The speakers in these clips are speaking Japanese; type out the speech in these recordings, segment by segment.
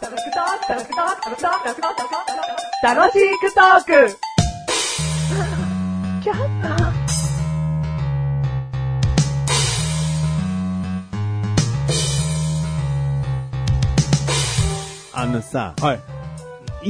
楽しくトークさ、 はい。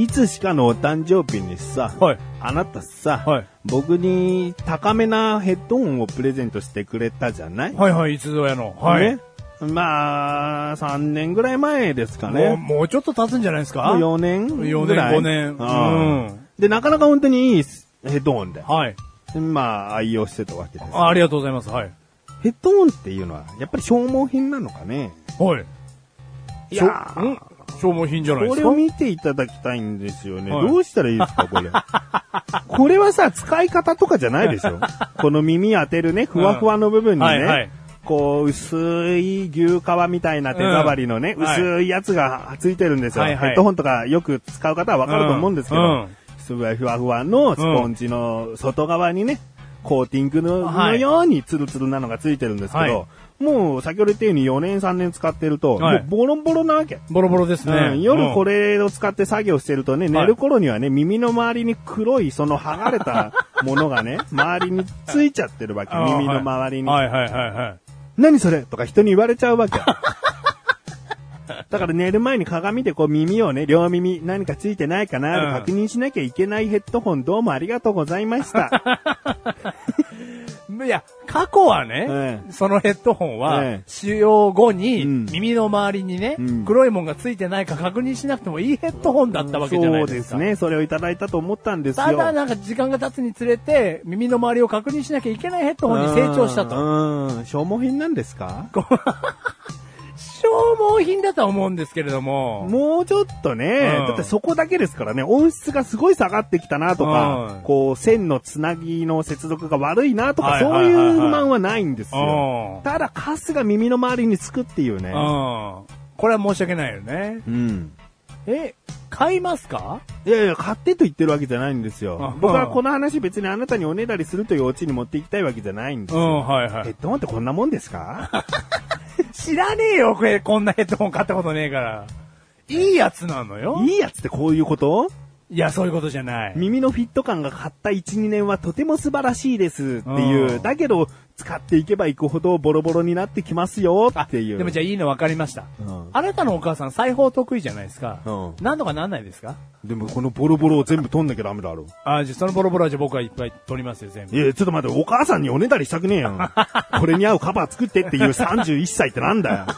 いつしかのお誕生日にさ、 はい。 あなたさ、 はい。 僕に高めなヘッドホンをプレゼントしてくれたじゃない？ はいはい、いつぞやの。はい。 ね、まあ、3年ぐらい前ですかね。 もうちょっと経つんじゃないですか？ もう4年ぐらい。 4年、5年。 で、なかなか本当にいいヘッドホンで。 はい。 まあ、愛用してたわけです。 ありがとうございます。はい。 ヘッドホンっていうのは、やっぱり消耗品なのかね？ はい。 いやー、 消耗品じゃないですか？ これを見ていただきたいんですよね。 はい、 どうしたらいいですか、これ。これはさ、使い方とかじゃないでしょ。この耳当てるね、ふわふわの部分にね、 はいはい、 こう、薄い牛皮みたいな手触りのね、薄いやつがついてるんですよ。 はいはい、 ヘッドホンとかよく使う方はわかると思うんですけど、ふわふわのスポンジの外側にね、コーティングのようにツルツルなのがついてるんですけど、もう先ほど言ったように4年3年使ってると、もうボロボロなわけ。 ボロボロですね。 夜これを使って作業してるとね、寝る頃にはね、耳の周りに黒いその剥がれたものがね、周りについちゃってるわけ。耳の周りに。何それとか人に言われちゃうわけ。だから寝る前に鏡でこう耳をね、両耳何かついてないかなって確認しなきゃいけないヘッドホンどうもありがとうございました。 いや、過去はね、そのヘッドホンは、使用後に、耳の周りにね、黒いもんがついてないか確認しなくてもいいヘッドホンだったわけじゃないですか。 そうですね。それをいただいたと思ったんですよ。 ただなんか時間が経つにつれて、耳の周りを確認しなきゃいけないヘッドホンに成長したと。 消耗品なんですか？ 消耗品だと思うんですけれども。 もうちょっとね、だってそこだけですからね、音質がすごい下がってきたなとか、こう線のつなぎの接続が悪いなとか、そういう不満はないんですよ。ただカスが耳の周りにつくっていうね。 これは申し訳ないよね。買いますか？ いやいや、買ってと言ってるわけじゃないんですよ。僕はこの話別にあなたにおねだりするというオチに持っていきたいわけじゃないんですよ。ヘッドホンってこんなもんですか？ 知らねえよ、こんなヘッドホン買ったことねえから。いいやつなのよ。 いいやつってこういうこと？ いや、そういうことじゃない。 耳のフィット感が買った1、2年はとても素晴らしいですっていう。だけど、使っていけばいくほどボロボロになってきますよっていう。 でもじゃあいいの分かりました。あなたのお母さん裁縫得意じゃないですか。何とかなんないですか？ でもこのボロボロを全部取んなきゃダメだろ。 じゃあそのボロボロはじゃあ僕はいっぱい取りますよ、全部。 いや、ちょっと待って、お母さんにおねだりしたくねえよ。これに合うカバー作ってっていう31歳ってなんだよ。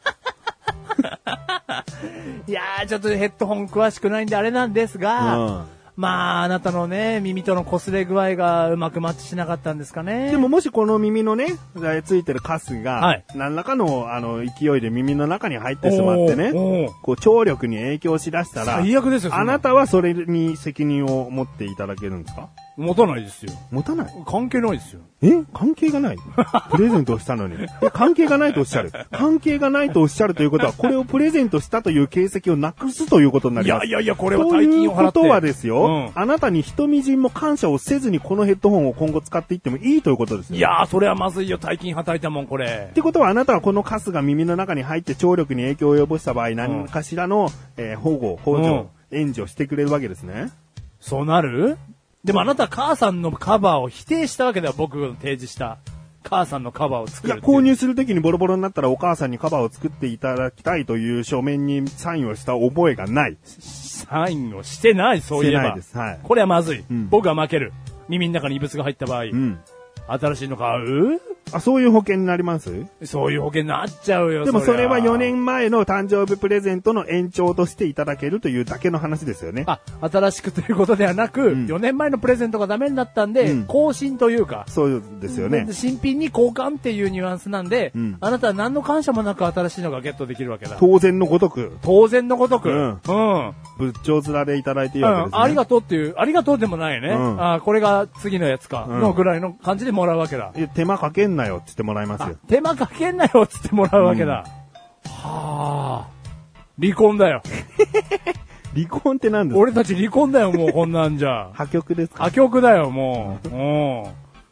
いやー、ちょっとヘッドホン詳しくないんであれなんですが、まあ、あなたのね、耳との擦れ具合がうまくマッチしなかったんですかね。 でももしこの耳のね、ついてるカスが、何らかの勢いで耳の中に入ってしまってね、こう聴力に影響しだしたら、 最悪ですよ。 あなたはそれに責任を持っていただけるんですか？ 持たないですよ。 持たない？ 関係ないですよ。 関係がない？プレゼントをしたのに。関係がないとおっしゃる。関係がないとおっしゃるということは、これをプレゼントしたという形跡をなくすということになります。 いや、これは大金を払って。 ということはですよ、あなたに一みじんも感謝をせずにこのヘッドホンを今後使っていってもいいということですよ。 いやー、それはまずいよ。大金はたいたもん、これ。 ってことはあなたはこのカスが耳の中に入って聴力に影響を及ぼした場合、何かしらの、補助、援助してくれるわけですね。 そうなる？でもあなたは母さんのカバーを否定したわけでは、僕が提示した母さんのカバーを作る。 いや、購入するときにボロボロになったらお母さんにカバーを作っていただきたいという書面にサインをした覚えがない。 サインをしてない、そういえば。してないです。はい。これはまずい。僕は負ける。耳の中に異物が入った場合。新しいの買う？ そういう保険になります？ そういう保険になっちゃうよ。 でもそれは4年前の誕生日プレゼントの延長としていただけるというだけの話ですよね。 新しくということではなく、4年前のプレゼントがダメになったんで、更新というか。 そうですよね。 新品に交換っていうニュアンスなんで、あなたは何の感謝もなく新しいのがゲットできるわけだ。 当然のごとく。 当然のごとく。 仏頂面でいただいていいわけですね。 ありがとうっていう、ありがとうでもないね。これが次のやつか、のぐらいの感じでもらうわけだ。 手間かけんなよって言ってもらいますよ。 手間かけんなよって言ってもらうわけだ。は離婚だよ。 離婚って何ですか？ 俺たち離婚だよ、もうこんなんじゃ。 破局ですか？ 破局だよ、もう。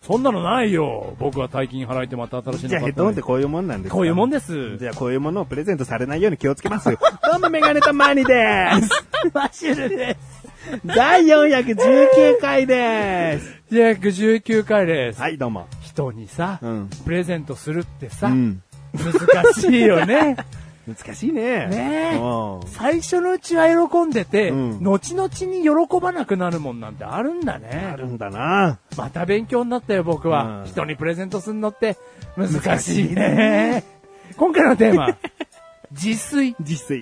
そんなのないよ。僕は大金払いてまた新しいのじゃあヘッドホンってこういうもんなんですか？ こういうもんです。 じゃあこういうものをプレゼントされないように気をつけます。どうもメガネとマニでーす。 マシュルです。 第419回でーす。 419回です。 はい、どうも。 人にさ、プレゼントするってさ、 難しいよね。 難しいね。 ねえ。最初のうちは喜んでて、後々に喜ばなくなるもんなんてあるんだね。 あるんだな。 また勉強になったよ、僕は。人にプレゼントするのって難しいね。今回のテーマ、自炊。 自炊。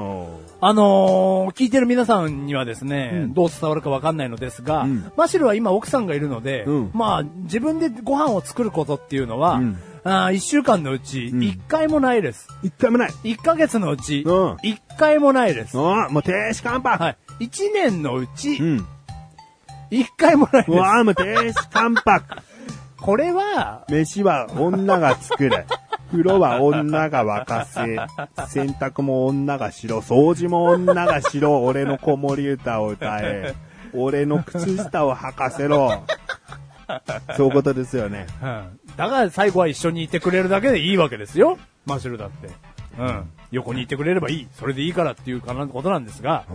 聞いてる皆さんにはですね、どう伝わるかわかんないのですが、マシルは今奥さんがいるので、まあ自分でご飯を作ることっていうのは、1週間のうち1回もないです。 1回もない。 1ヶ月のうち1回もないです。 もう停止関白。 はい。1年のうち1回もないです。 もう停止関白。 これは、 飯は女が作れ。風呂は女が沸かせ。洗濯も女がしろ。掃除も女がしろ。俺の子守歌を歌え。俺の靴下を履かせろ。そういうことですよね。 だから最後は一緒にいてくれるだけでいいわけですよ。マシュルだって。横にいてくれればいい。それでいいからっていうことなんですが、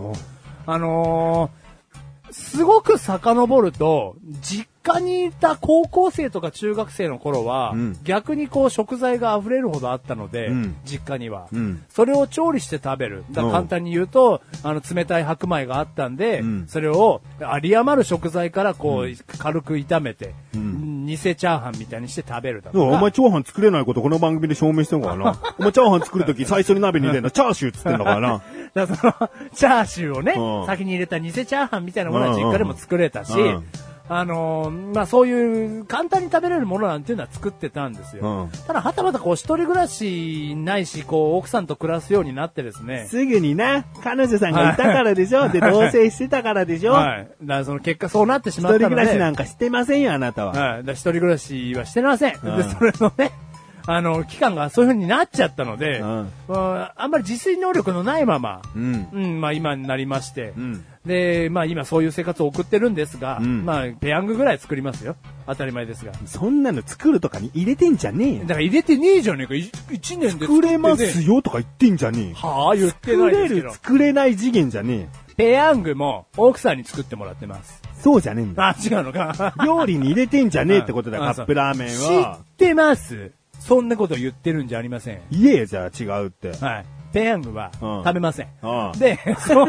すごく遡ると、実家にいた高校生とか中学生の頃は、逆にこう食材が溢れるほどあったので、実家には、それを調理して食べる。だから簡単に言うと、冷たい白米があったんで、それを有り余る食材からこう、軽く炒めて、偽チャーハンみたいにして食べるだとか。 お前チャーハン作れないことこの番組で証明してんのかな。お前チャーハン作るとき最初に鍋に入れるのチャーシューっつってんのかな。 だからその、チャーシューをね、先に入れた偽チャーハンみたいなものは実家でも作れたし、まあ、そういう簡単に食べれるものなんていうのは作ってたんですよ。ただ、はたまたこう一人暮らしないし、こう奥さんと暮らすようになってですね。 すぐにな、彼女さんがいたからでしょ。で、同棲してたからでしょ。 はい。だからその結果そうなってしまったので。 一人暮らしなんかしてませんよ、あなたは。 はい。だ一人暮らしはしてません。で、それのね、期間がそういう風になっちゃったので、あんまり自炊能力のないまま、まあ今になりまして、で、まあ今そういう生活を送ってるんですが、まあペヤングぐらい作りますよ。当たり前ですが。 そんなの作るとかに入れてんじゃねえよ。 だから入れてねえじゃねえか。1年で作れますよとか言ってんじゃねえよ。 はあ、言ってないですけど。 作れない次元じゃねえよ。 ペヤングも奥さんに作ってもらってます。 そうじゃねえんだ。 あ、違うのか。 料理に入れてんじゃねえってことだよ、カップラーメンは。 知ってます。そんなこと言ってるんじゃありません。 言えよ、じゃあ違うって。 はい。ペヤングは食べません。で、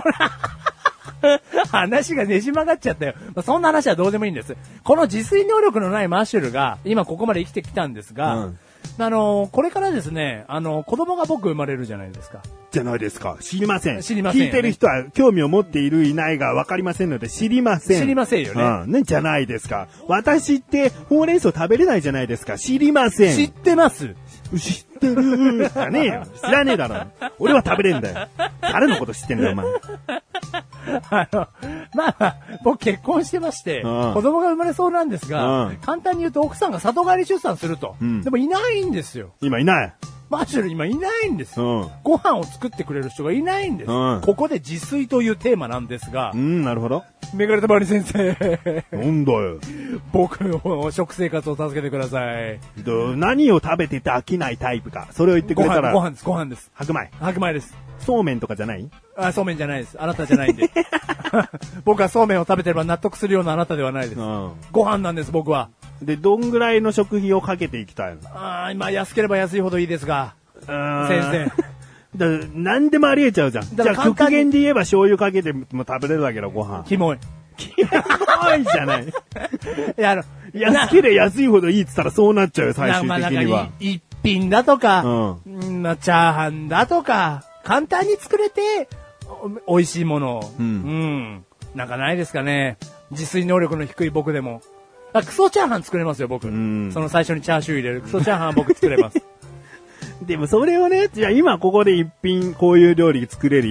話がねじ曲がっちゃったよ。そんな話はどうでもいいんです。この自炊能力のないマッシュルが今ここまで生きてきたんですが、これからですね、子供が僕生まれるじゃないですか。 じゃないですか。知りません。 知りません、 聞いてる人は興味を持っているいないが分かりませんので知りません。 知りませんよね。 ね、じゃないですか。私ってほうれん草食べれないじゃないですか。知りません。 知ってます。 知ってるじゃねえよ。知らねえだろ。俺は食べれんだよ。誰のこと知ってんだよ、お前。 まあ、僕結婚してまして、子供が生まれそうなんですが、簡単に言うと奥さんが里帰り出産すると。でもいないんですよ。 今いない。 マジで今いないんです。ご飯を作ってくれる人がいないんです。ここで自炊というテーマなんですが。 なるほど。 メガネたまり先生。 なんだよ。 僕の食生活を助けてください。 何を食べてて飽きないタイプか。それを言ってくれたら。 ご飯です、ご飯です。 白米。 白米です。 そうめんとかじゃない？ あ、そうめんじゃないです。あなたじゃないんで。僕はそうめんを食べてれば納得するようなあなたではないです。ご飯なんです、僕は。 で、どんぐらいの食費をかけていきたいの？ 今安ければ安いほどいいですが。先生。何でもありえちゃうじゃん。じゃあ極限で言えば醤油かけても食べれるわけだ、ご飯。 キモい。 キモいじゃない。 いや、 安ければ安いほどいいって言ったらそうなっちゃうよ、最終的には。 一品だとか、チャーハンだとか、簡単に作れて、美味しいものを。なんかないですかね。自炊能力の低い僕でも。クソチャーハン作れますよ、僕。その最初にチャーシュー入れる。クソチャーハンは僕作れます。 でもそれをね、じゃあ今ここで一品こういう料理作れるよ。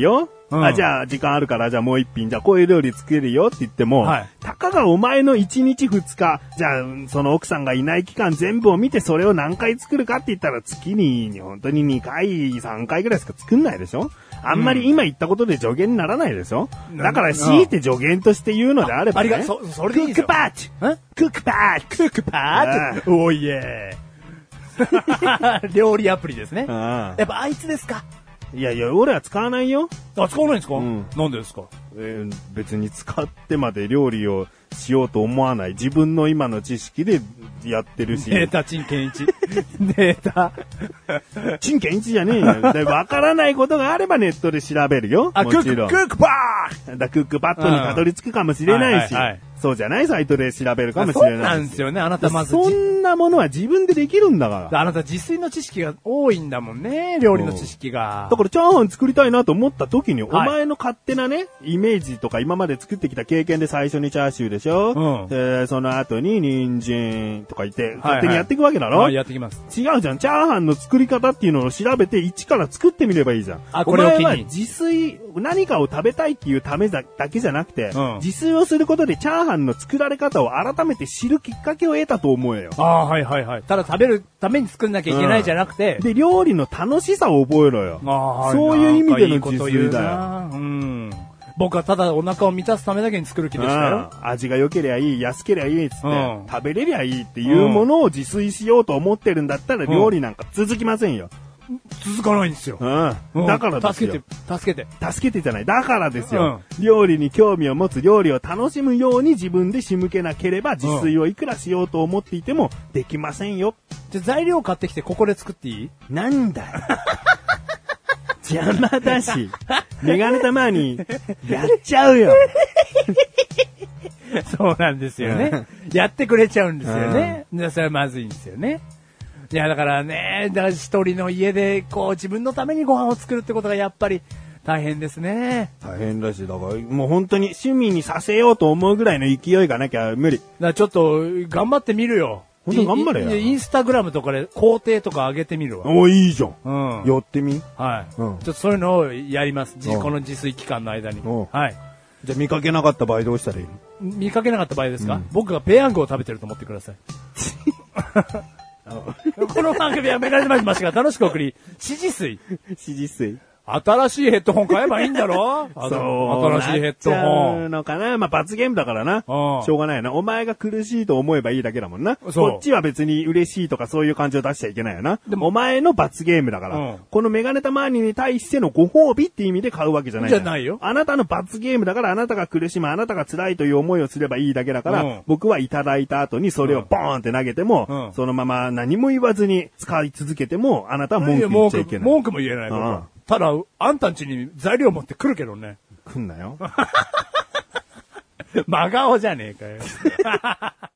じゃあ時間あるからじゃあもう一品じゃあこういう料理作れるよって言っても、はい、たかがお前の1日2日、じゃあその奥さんがいない期間全部を見てそれを何回作るかって言ったら月に本当に2回、3回ぐらいしか作んないでしょ。あんまり今言ったことで助言にならないでしょ。だから強いて助言として言うのであればね。 それでいいですよ。 クックパッチクックパッチおいえ料理アプリですね。やっぱあいつですか。 いやいや、俺は使わないよ。 あ、使わないんですか？なんでですか？ 別に使ってまで料理をしようと思わない。自分の今の知識でやってるし。 ネータ陳健一。ネータ。 陳健一じゃねえよ。わからないことがあればネットで調べるよ。もちろん。 クックパークックパッドにたどり着くかもしれないし。そうじゃないサイトで調べるかもしれない。そうなんですよね。あなたまず。 そんなものは自分でできるんだから。 あなた自炊の知識が多いんだもんね。料理の知識が。 だからチャーハン作りたいなと思った時に、お前の勝手なね、イメージとか今まで作ってきた経験で最初にチャーシューでしょ。で、その後に人参とか言って、勝手にやっていくわけだろ。 やってきます。 違うじゃん。チャーハンの作り方っていうのを調べて一から作ってみればいいじゃん。 これを機に。 お前は自炊、何かを食べたいっていうためだけじゃなくて、自炊をすることでチャーハンの作られ方を改めて知るきっかけを得たと思えよ。 はいはいはい。ただ食べるために作んなきゃいけないじゃなくて。 で、料理の楽しさを覚えろよ。そういう意味での自炊だよ。 僕はただお腹を満たすためだけに作る気でしたよ。 味が良ければいい、安ければいいっつって、食べれりゃいいっていうものを自炊しようと思ってるんだったら料理なんか続きませんよ。 続かないんですよ。 だからですよ。 助けてじゃない。だからですよ。料理に興味を持つ、料理を楽しむように自分で仕向けなければ自炊をいくらしようと思っていてもできませんよ。 じゃ材料買ってきてここで作っていい？ なんだよ。邪魔だし、メガネたまにやっちゃうよ。 そうなんですよね。やってくれちゃうんですよね。それはまずいんですよね。いやだからね、一人の家でこう自分のためにご飯を作るってことがやっぱり大変ですね。 大変だし、だからもう本当に趣味にさせようと思うぐらいの勢いがなきゃ無理。だからちょっと頑張ってみるよ。 本当頑張れよ。 インスタグラムとかで工程とか上げてみるわ。 いいじゃん。やってみ。 はい。ちょっとそういうのをやります。この自炊期間の間に。はい。 じゃあ見かけなかった場合どうしたらいいの？ 見かけなかった場合ですか？僕がペヤングを食べてると思ってください。この番組はメガネマシが楽しく送り、指示水。新しいヘッドホン買えばいいんだろ？新しいヘッドホン。 のかな？まあ、罰ゲームだからな。しょうがないな。お前が苦しいと思えばいいだけだもんな。こっちは別に嬉しいとかそういう感情出しちゃいけないよな。でもお前の罰ゲームだから。このメガネたまーにに対してのご褒美って意味で買うわけじゃない。 じゃないよ。 あなたの罰ゲームだからあなたが苦しむ、あなたが辛いという思いをすればいいだけだから、僕はいただいた後にそれをボーンって投げても、そのまま何も言わずに使い続けても、あなたは文句言っちゃいけない。 文句も言えない僕は。ただ、あんたん家に材料持ってくるけどね。 来んなよ。 真顔じゃねえかよ。